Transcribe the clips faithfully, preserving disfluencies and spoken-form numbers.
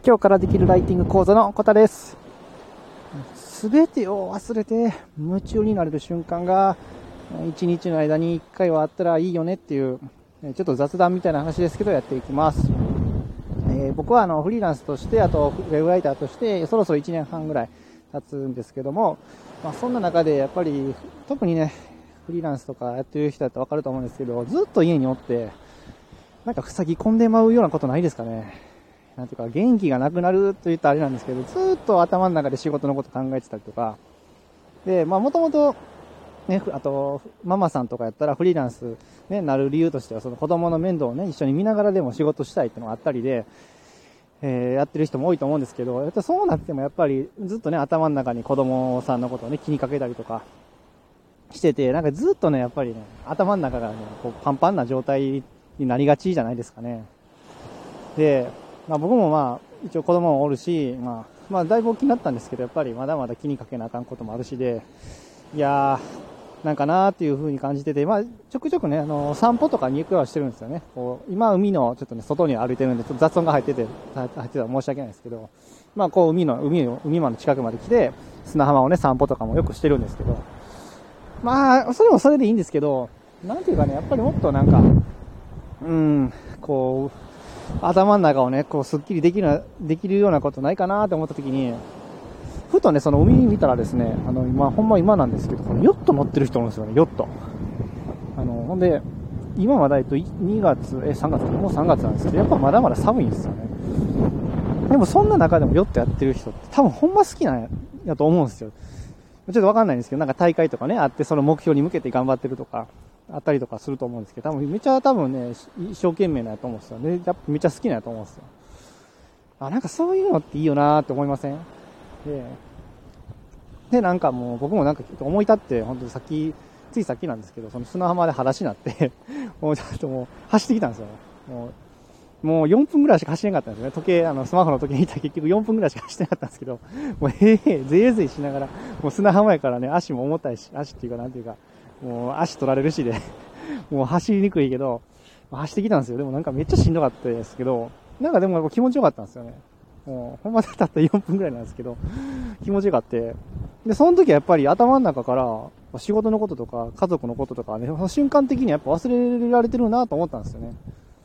今日からできるライティング講座のコタです。すべてを忘れて夢中になれる瞬間が一日の間に一回はあったらいいよねっていうちょっと雑談みたいな話ですけどやっていきます。えー、僕はあのフリーランスとしてあとウェブライターとしてそろそろいちねんはんぐらい経つんですけども、まあ、そんな中でやっぱり特にねフリーランスとかやってる人だと分かると思うんですけど、ずっと家におってなんか塞ぎ込んでまうようなことないですかね。なんていうか元気がなくなると言ったらあれなんですけど、ずっと頭の中で仕事のこと考えてたりとかで、まあもともとね、あとママさんとかやったらフリーランスねなる理由としてはその子供の面倒をね一緒に見ながらでも仕事したいっていうのがあったりで、えー、やってる人も多いと思うんですけど、やっぱそうなってもやっぱりずっとね頭の中に子供さんのことをね気にかけたりとかしてて、なんかずっとねやっぱりね頭の中がねこうパンパンな状態になりがちじゃないですかね。で、まあ、僕もまあ一応子供もおるし、まあ、まあだいぶ大きくなったんですけど、やっぱりまだまだ気にかけなあかんこともあるしで、いやーなんかなーっていう風に感じてて、まあちょくちょくねあの散歩とかに行くようはしてるんですよね。こう今海のちょっとね外に歩いてるんでちょっと雑音が入ってて入ってたら申し訳ないですけど、まあこう海の海の海間の近くまで来て砂浜をね散歩とかもよくしてるんですけど、まあそれもそれでいいんですけど、なんていうかねやっぱりもっとなんかうーんこう頭の中をねこうすっきりできるできるようなことないかなと思った時に、ふとねその海見たらですね、あの今ほんま今なんですけど、このヨット乗ってる人いるんですよね。ヨットあのほんで今まだえっとにがつえさんがつもうさんがつなんですけど、やっぱまだまだ寒いんですよね。でもそんな中でもヨットやってる人って多分ほんま好きなんやと思うんですよ。ちょっとわかんないんですけど、なんか大会とかねあってその目標に向けて頑張ってるとかあったりとかすると思うんですけど、多分めちゃ多分ね一生懸命なやと思うんですよね。やっぱめちゃ好きなやと思うんですよ。あ、なんかそういうのっていいよなーって思いません？で、でなんかもう僕もなんか思い立って本当にさっきついさっきなんですけど、その砂浜で裸足になってもうちょっともう走ってきたんですよ。もうもうよんぷんぐらいしか走れなかったんですよね。時計、あの、スマホの時計見たら結局よんぷんぐらいしか走ってなかったんですけど、もうへーへー、ぜいぜいしながら、もう砂浜やからね、足も重たいし、足っていうかなんていうか、もう足取られるしで、もう走りにくいけど、走ってきたんですよ。でもなんかめっちゃしんどかったですけど、なんかでも気持ちよかったんですよね。もう、ほんまだったらよんぷんぐらいなんですけど、気持ちよかって。で、その時はやっぱり頭の中から、仕事のこととか、家族のこととかね、瞬間的にやっぱ忘れられてるなと思ったんですよね。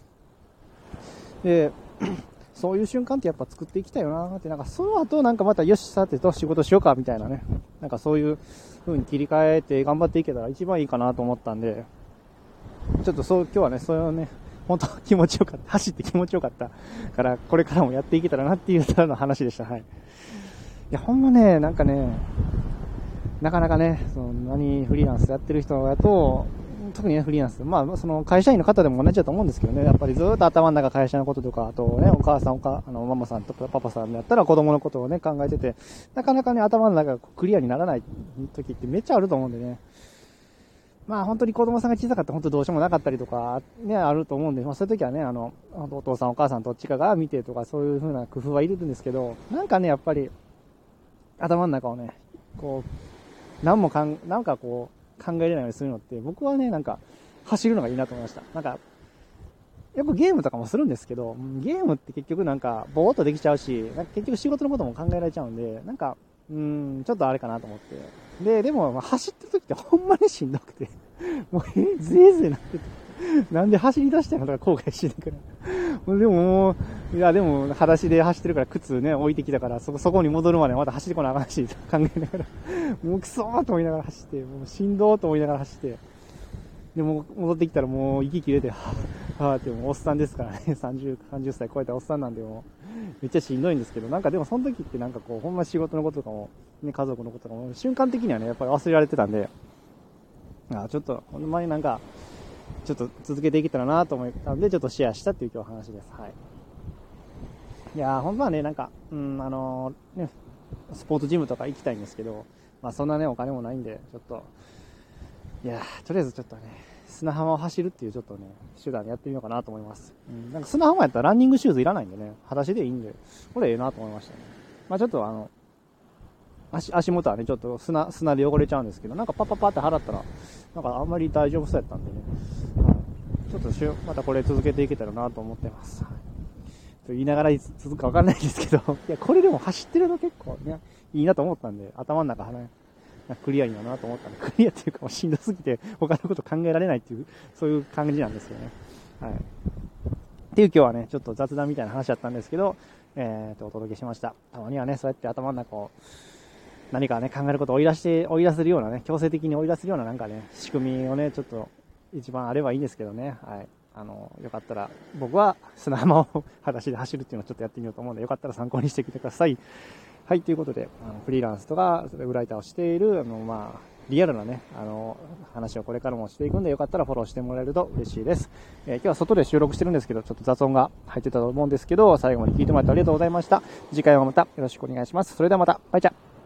で、そういう瞬間ってやっぱ作っていきたいよなーって、なんかその後なんかまたよしさてと仕事しようかみたいなね、なんかそういう風に切り替えて頑張っていけたら一番いいかなと思ったんで、ちょっとそう今日はね、それをね、本当気持ちよかった、走って気持ちよかったから、これからもやっていけたらなっていうただの話でした。はい。いやほんまね、なんかね、なかなかね、その何フリーランスやってる人やと。特にねフリーランス、まあその会社員の方でも同じだと思うんですけどね、やっぱりずっと頭の中会社のこととか、あとねお母さんおかあのママさんとかパパさんだったら子供のことをね考えてて、なかなかね頭の中がクリアにならない時ってめっちゃあると思うんでね。まあ本当に子供さんが小さかったら本当どうしようもなかったりとかねあると思うんで、まあそういう時はねあのお父さんお母さんどっちかが見てとかそういう風な工夫はいるんですけど、なんかねやっぱり頭の中をねこう何もかんなんかこう考えれないようにするのって僕はねなんか走るのがいいなと思いました。なんかよくゲームとかもするんですけど、ゲームって結局なんかぼーっとできちゃうし、なんか結局仕事のことも考えられちゃうんで、なんかうーんちょっとあれかなと思って、ででも走ってる時ってほんまにしんどくてもうえぜいぜいなってて、なんで走り出したのとか後悔してるからでももういやでも裸足で走ってるから靴ね置いてきたから、そこそこに戻るまでまた走りこなあかんしと考えながらもうクソーと思いながら走って、もうしんどーと思いながら走って、でも戻ってきたらもう息切れてはぁはぁってもうおっさんですからね、さんじゅう、さんじゅっさい超えたおっさんなんでもうめっちゃしんどいんですけど、なんかでもその時ってなんかこうほんま仕事のこととかもね家族のこととかも瞬間的にはねやっぱり忘れられてたんで、あちょっとほんまになんかちょっと続けていけたらなと思ったんでちょっとシェアしたっていう今日話です。はい。いやーほんまはねなんかうんあのー、ねスポーツジムとか行きたいんですけど、まあそんなねお金もないんでちょっといやとりあえずちょっとね砂浜を走るっていうちょっとね手段でやってみようかなと思います。うん、なんか砂浜やったらランニングシューズいらないんでね裸足でいいんでこれええなと思いましたね。まあちょっとあの足足元はねちょっと砂砂で汚れちゃうんですけど、なんかパッパッパって払ったらなんかあんまり大丈夫そうやったんでね、はい、ちょっとしまたこれ続けていけたらなと思ってます。 と言いながら続くかわかんないですけど、いや、これでも走ってると結構ね、いいなと思ったんで、頭の中はね、クリアになるなと思ったんで、クリアっていうかもうしんどすぎて他のこと考えられないっていう、そういう感じなんですよね。はい。っていう今日はね、ちょっと雑談みたいな話だったんですけど、えーと、お届けしました。たまにはね、そうやって頭の中を何かね、考えることを追い出して、追い出せるようなね、強制的に追い出せるようななんかね、仕組みをね、ちょっと一番あればいいんですけどね。はい。あの、よかったら、僕は砂浜を裸足で走るっていうのをちょっとやってみようと思うので、よかったら参考にしてきてください。はい、ということで、あのフリーランスとか、ウェブライターをしている、あの、まあ、リアルなね、あの、話をこれからもしていくんで、よかったらフォローしてもらえると嬉しいです。えー、今日は外で収録してるんですけど、ちょっと雑音が入ってたと思うんですけど、最後まで聞いてもらってありがとうございました。次回はまたよろしくお願いします。それではまた、バイチャ。